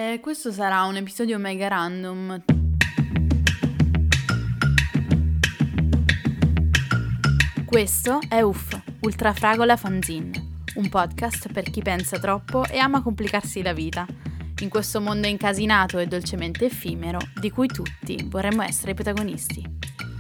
e questo sarà un episodio mega random. Questo è UFF, Ultrafragola Fanzine, un podcast per chi pensa troppo e ama complicarsi la vita, in questo mondo incasinato e dolcemente effimero di cui tutti vorremmo essere i protagonisti.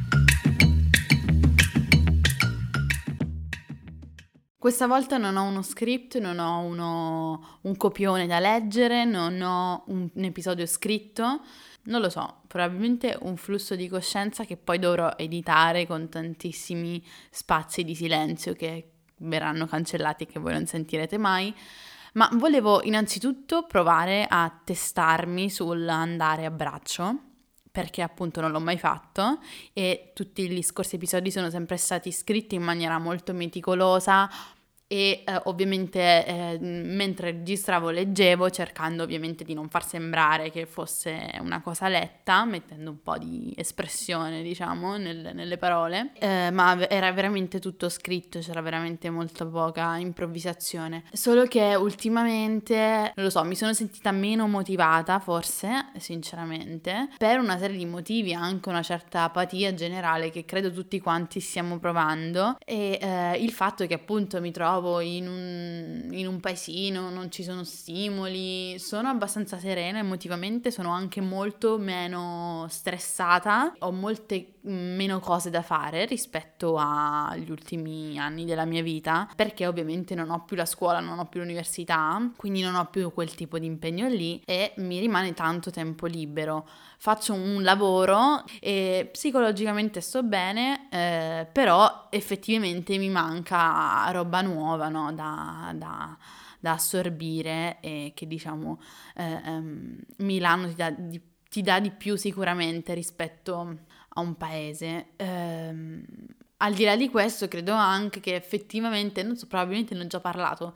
Questa volta non ho uno script, non ho un copione da leggere, non ho un episodio scritto, non lo so, probabilmente un flusso di coscienza che poi dovrò editare con tantissimi spazi di silenzio che verranno cancellati e che voi non sentirete mai. Ma volevo innanzitutto provare a testarmi sull'andare a braccio, perché appunto non l'ho mai fatto e tutti gli scorsi episodi sono sempre stati scritti in maniera molto meticolosa e ovviamente mentre registravo leggevo, cercando ovviamente di non far sembrare che fosse una cosa letta, mettendo un po' di espressione diciamo nelle parole, ma era veramente tutto scritto, c'era veramente molta poca improvvisazione. Solo che ultimamente, non lo so, mi sono sentita meno motivata forse, sinceramente, per una serie di motivi, anche una certa apatia generale che credo tutti quanti stiamo provando e il fatto che appunto mi trovo in un paesino, non ci sono stimoli, sono abbastanza serena emotivamente, sono anche molto meno stressata, ho molte meno cose da fare rispetto agli ultimi anni della mia vita, perché ovviamente non ho più la scuola, non ho più l'università, quindi non ho più quel tipo di impegno lì e mi rimane tanto tempo libero. Faccio un lavoro e psicologicamente sto bene, però effettivamente mi manca roba nuova, no? da assorbire e che diciamo Milano ti dà di più sicuramente rispetto a un paese. Al di là di questo credo anche che effettivamente, non so, probabilmente ne ho già parlato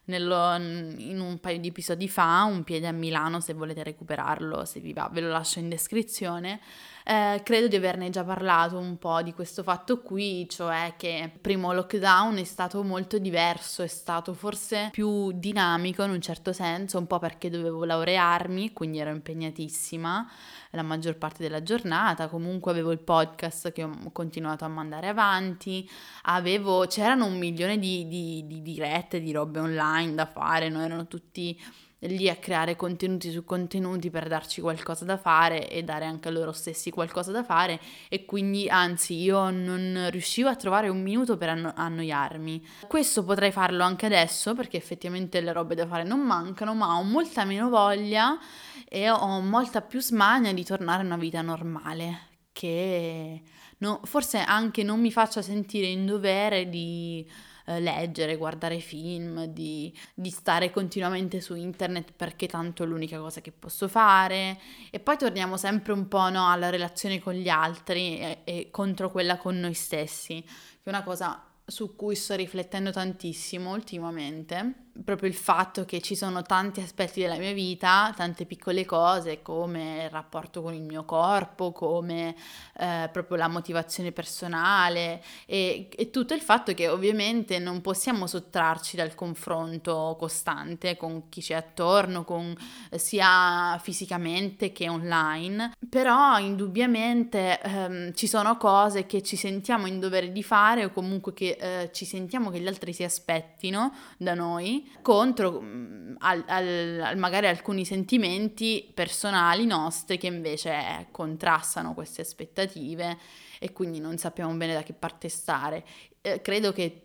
in un paio di episodi fa, Un piede a Milano, se volete recuperarlo, se vi va, ve lo lascio in descrizione. Credo di averne già parlato un po' di questo fatto qui, cioè che il primo lockdown è stato molto diverso, è stato forse più dinamico in un certo senso, un po' perché dovevo laurearmi, quindi ero impegnatissima la maggior parte della giornata, comunque avevo il podcast che ho continuato a mandare avanti, c'erano 1 milione di dirette, di robe online da fare, no? Erano tutti lì a creare contenuti su contenuti per darci qualcosa da fare e dare anche a loro stessi qualcosa da fare e quindi anzi io non riuscivo a trovare un minuto per annoiarmi. Questo potrei farlo anche adesso perché effettivamente le robe da fare non mancano, ma ho molta meno voglia e ho molta più smania di tornare a una vita normale che forse anche non mi faccia sentire in dovere di leggere, guardare film, di stare continuamente su internet perché tanto è l'unica cosa che posso fare. E poi torniamo sempre un po', no, alla relazione con gli altri e contro quella con noi stessi, che è una cosa su cui sto riflettendo tantissimo ultimamente, proprio il fatto che ci sono tanti aspetti della mia vita, tante piccole cose come il rapporto con il mio corpo, come proprio la motivazione personale e tutto il fatto che ovviamente non possiamo sottrarci dal confronto costante con chi c'è attorno, sia fisicamente che online, però indubbiamente ci sono cose che ci sentiamo in dovere di fare o comunque che ci sentiamo che gli altri si aspettino da noi contro magari alcuni sentimenti personali nostri che invece contrastano queste aspettative e quindi non sappiamo bene da che parte stare. Credo che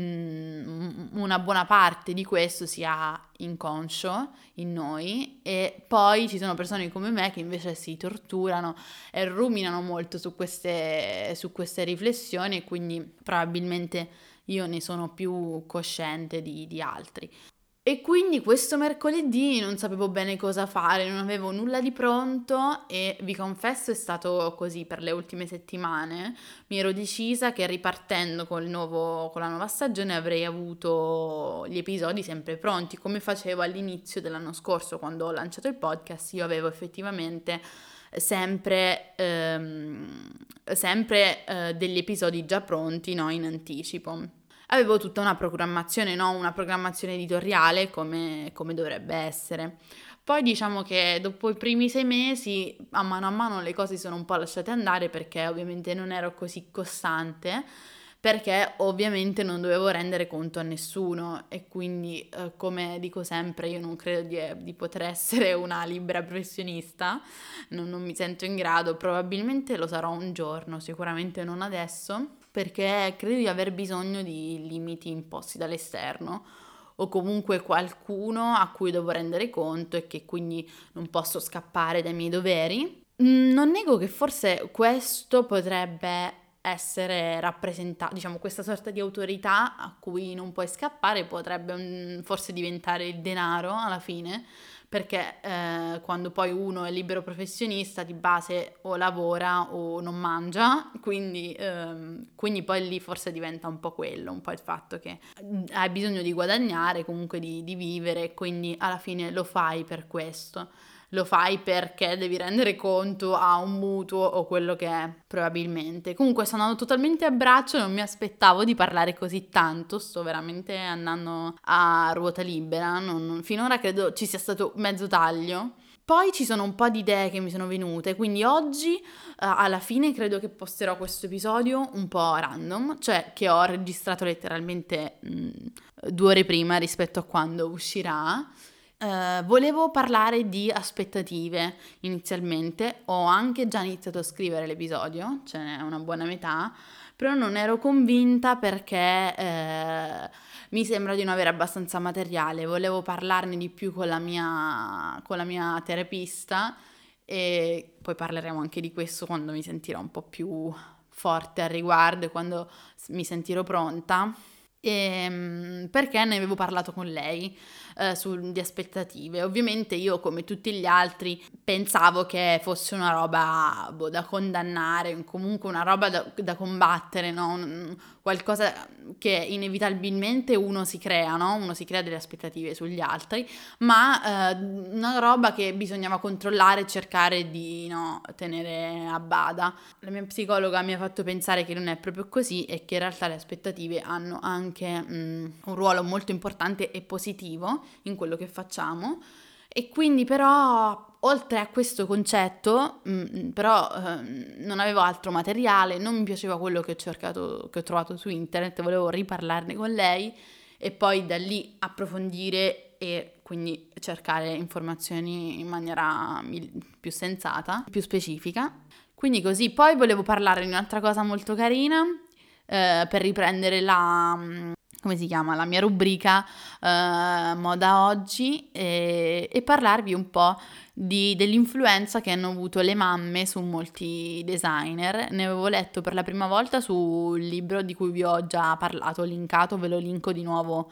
una buona parte di questo sia inconscio in noi e poi ci sono persone come me che invece si torturano e ruminano molto su queste riflessioni e quindi probabilmente io ne sono più cosciente di altri. E quindi questo mercoledì non sapevo bene cosa fare, non avevo nulla di pronto e vi confesso è stato così per le ultime settimane. Mi ero decisa che ripartendo con la nuova stagione avrei avuto gli episodi sempre pronti, come facevo all'inizio dell'anno scorso quando ho lanciato il podcast. Io avevo effettivamente sempre degli episodi già pronti, no, in anticipo. Avevo tutta una programmazione, no? Una programmazione editoriale come dovrebbe essere. Poi diciamo che dopo i primi 6 mesi, a mano le cose si sono un po' lasciate andare perché ovviamente non ero così costante, perché ovviamente non dovevo rendere conto a nessuno e quindi, come dico sempre, io non credo di poter essere una libera professionista, non mi sento in grado, probabilmente lo sarò un giorno, sicuramente non adesso, perché credo di aver bisogno di limiti imposti dall'esterno o comunque qualcuno a cui devo rendere conto e che quindi non posso scappare dai miei doveri. Non nego che forse questo potrebbe essere rappresentato, diciamo, questa sorta di autorità a cui non puoi scappare potrebbe forse diventare il denaro alla fine, perché quando poi uno è libero professionista di base o lavora o non mangia, quindi poi lì forse diventa un po' quello, un po' il fatto che hai bisogno di guadagnare, comunque di vivere, quindi alla fine lo fai per questo. Lo fai perché devi rendere conto a un mutuo o quello che è, probabilmente. Comunque sto andando totalmente a braccio, non mi aspettavo di parlare così tanto, sto veramente andando a ruota libera, finora credo ci sia stato mezzo taglio. Poi ci sono un po' di idee che mi sono venute, quindi oggi alla fine credo che posterò questo episodio un po' random, cioè che ho registrato letteralmente 2 ore prima rispetto a quando uscirà. Volevo parlare di aspettative inizialmente, ho anche già iniziato a scrivere l'episodio, ce n'è una buona metà, però non ero convinta perché mi sembra di non avere abbastanza materiale, volevo parlarne di più con la mia terapista e poi parleremo anche di questo quando mi sentirò un po' più forte al riguardo e quando mi sentirò pronta. Perché ne avevo parlato con lei di aspettative. Ovviamente io, come tutti gli altri, pensavo che fosse una roba da condannare, comunque una roba da combattere, no? Qualcosa che inevitabilmente uno si crea, no? Uno si crea delle aspettative sugli altri, ma una roba che bisognava controllare e cercare di no, tenere a bada. La mia psicologa mi ha fatto pensare che non è proprio così e che in realtà le aspettative hanno anche un ruolo molto importante e positivo in quello che facciamo e quindi però oltre a questo concetto però non avevo altro materiale, non mi piaceva quello che ho cercato, che ho trovato su internet, volevo riparlarne con lei e poi da lì approfondire e quindi cercare informazioni in maniera più sensata, più specifica. Quindi così, poi volevo parlare di un'altra cosa molto carina, per riprendere come si chiama, la mia rubrica Moda Oggi e parlarvi un po' dell'influenza che hanno avuto le mamme su molti designer. Ne avevo letto per la prima volta sul libro di cui vi ho già parlato, linkato, ve lo linko di nuovo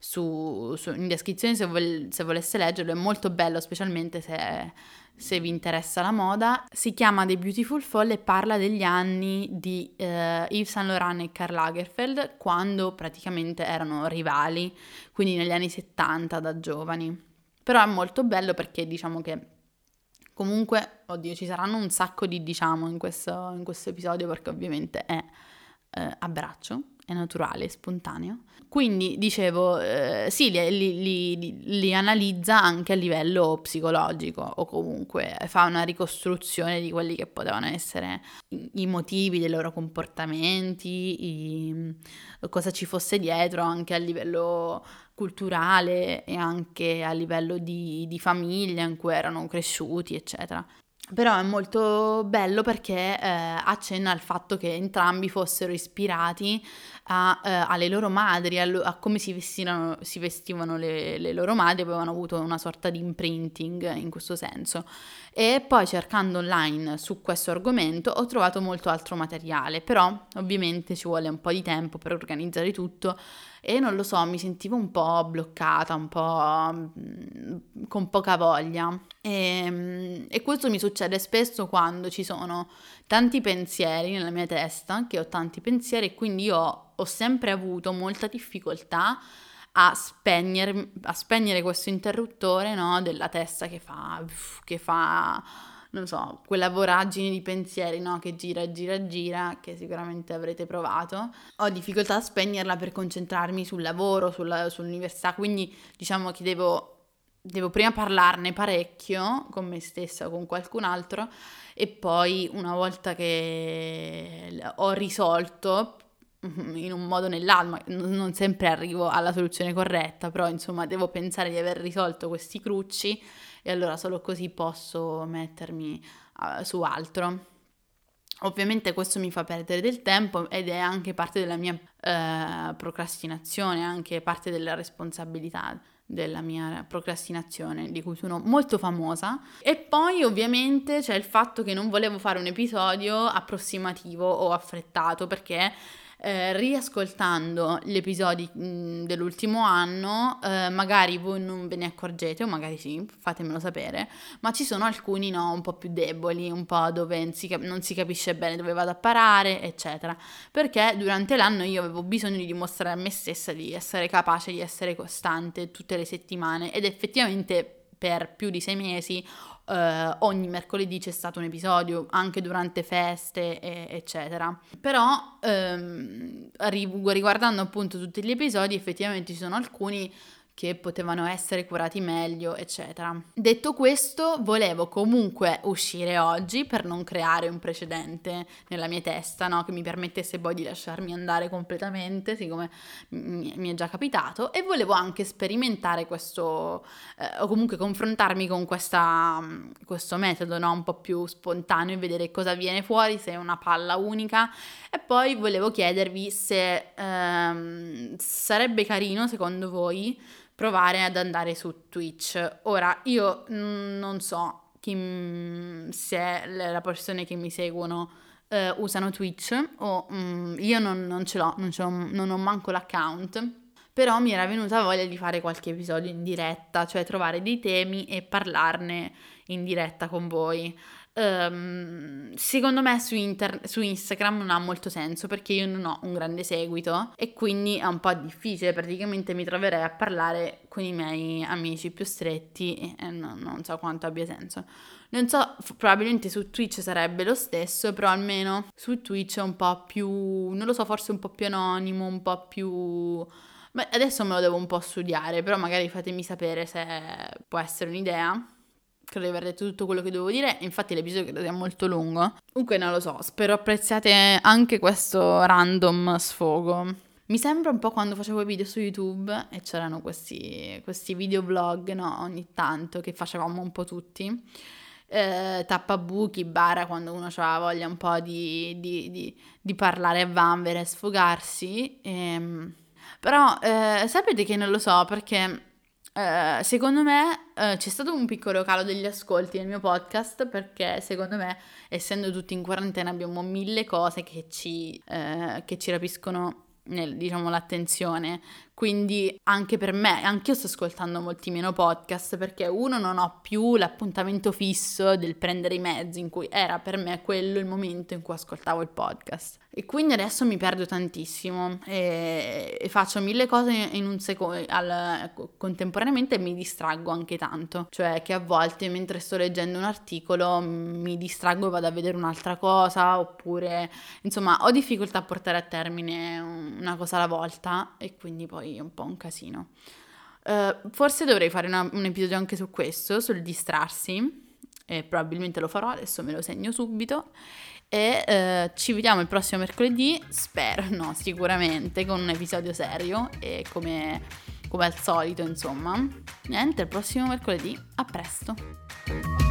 in descrizione se volesse leggerlo, è molto bello, specialmente se vi interessa la moda. Si chiama The Beautiful Fall e parla degli anni di Yves Saint Laurent e Karl Lagerfeld quando praticamente erano rivali, quindi negli anni 70 da giovani. Però è molto bello perché diciamo che comunque, oddio, ci saranno un sacco di diciamo in questo episodio perché ovviamente è a braccio, è naturale, è spontaneo. Quindi dicevo, sì, li analizza anche a livello psicologico o comunque fa una ricostruzione di quelli che potevano essere i motivi dei loro comportamenti, cosa ci fosse dietro anche a livello culturale e anche a livello di famiglia in cui erano cresciuti, eccetera. Però è molto bello perché accenna al fatto che entrambi fossero ispirati alle loro madri, a come si vestivano le loro madri, avevano avuto una sorta di imprinting in questo senso. E poi cercando online su questo argomento ho trovato molto altro materiale, però ovviamente ci vuole un po' di tempo per organizzare tutto e non lo so, mi sentivo un po' bloccata, un po' con poca voglia. E questo mi succede spesso quando ci sono tanti pensieri nella mia testa, che ho tanti pensieri e quindi io ho sempre avuto molta difficoltà a spegnere questo interruttore, no, della testa che fa, non so, quella voragine di pensieri, no, che gira, gira, gira, che sicuramente avrete provato. Ho difficoltà a spegnerla per concentrarmi sul lavoro, sull'università, quindi diciamo che devo prima parlarne parecchio con me stessa o con qualcun altro e poi una volta che ho risolto in un modo o nell'altro, non sempre arrivo alla soluzione corretta, però insomma devo pensare di aver risolto questi crucci e allora solo così posso mettermi su altro. Ovviamente questo mi fa perdere del tempo ed è anche parte della mia procrastinazione, anche parte della responsabilità della mia procrastinazione, di cui sono molto famosa. E poi ovviamente c'è il fatto che non volevo fare un episodio approssimativo o affrettato, perché riascoltando gli episodi dell'ultimo anno, magari voi non ve ne accorgete, o magari sì, fatemelo sapere, ma ci sono alcuni no, un po' più deboli, un po' dove non si capisce bene dove vado a parare, eccetera. Perché durante l'anno io avevo bisogno di dimostrare a me stessa di essere capace, di essere costante tutte le settimane, ed effettivamente per più di 6 mesi ogni mercoledì c'è stato un episodio, anche durante feste, eccetera. Però riguardando appunto tutti gli episodi, effettivamente ci sono alcuni che potevano essere curati meglio, eccetera. Detto questo, volevo comunque uscire oggi per non creare un precedente nella mia testa, no? Che mi permettesse poi di lasciarmi andare completamente, siccome mi è già capitato, e volevo anche sperimentare questo, o comunque confrontarmi con questo metodo, no? Un po' più spontaneo e vedere cosa viene fuori, se è una palla unica. E poi volevo chiedervi se sarebbe carino, secondo voi, provare ad andare su Twitch. Ora, io non so se le persone che mi seguono usano Twitch o io non ce l'ho, non ho manco l'account, però mi era venuta voglia di fare qualche episodio in diretta, cioè trovare dei temi e parlarne in diretta con voi. Secondo me su Instagram non ha molto senso perché io non ho un grande seguito e quindi è un po' difficile, praticamente mi troverei a parlare con i miei amici più stretti e non so quanto abbia senso. Non so, probabilmente su Twitch sarebbe lo stesso, però almeno su Twitch è un po' più, non lo so, forse un po' più anonimo, un po' più... Beh, adesso me lo devo un po' studiare, però magari fatemi sapere se può essere un'idea. Credo di aver detto tutto quello che dovevo dire, infatti l'episodio credo sia molto lungo. Comunque non lo so, spero apprezziate anche questo random sfogo. Mi sembra un po' quando facevo i video su YouTube e c'erano questi videoblog, no, ogni tanto, che facevamo un po' tutti. Tappabuchi, bara, quando uno aveva voglia un po' di parlare a vanvera e sfogarsi. Però sapete che non lo so, perché secondo me c'è stato un piccolo calo degli ascolti nel mio podcast, perché secondo me, essendo tutti in quarantena, abbiamo 1000 cose che ci rapiscono diciamo, l'attenzione. Quindi anche per me, anche io sto ascoltando molti meno podcast perché uno, non ho più l'appuntamento fisso del prendere i mezzi, in cui era per me quello il momento in cui ascoltavo il podcast. E quindi adesso mi perdo tantissimo e faccio 1000 cose in un secondo contemporaneamente e mi distraggo anche tanto. Cioè che a volte mentre sto leggendo un articolo mi distraggo e vado a vedere un'altra cosa, oppure insomma ho difficoltà a portare a termine una cosa alla volta e quindi poi è un po' un casino. Forse dovrei fare un episodio anche su questo, sul distrarsi, e probabilmente lo farò, adesso me lo segno subito. E ci vediamo il prossimo mercoledì, spero, no, sicuramente, con un episodio serio e come al solito, insomma. Niente, il prossimo mercoledì, a presto!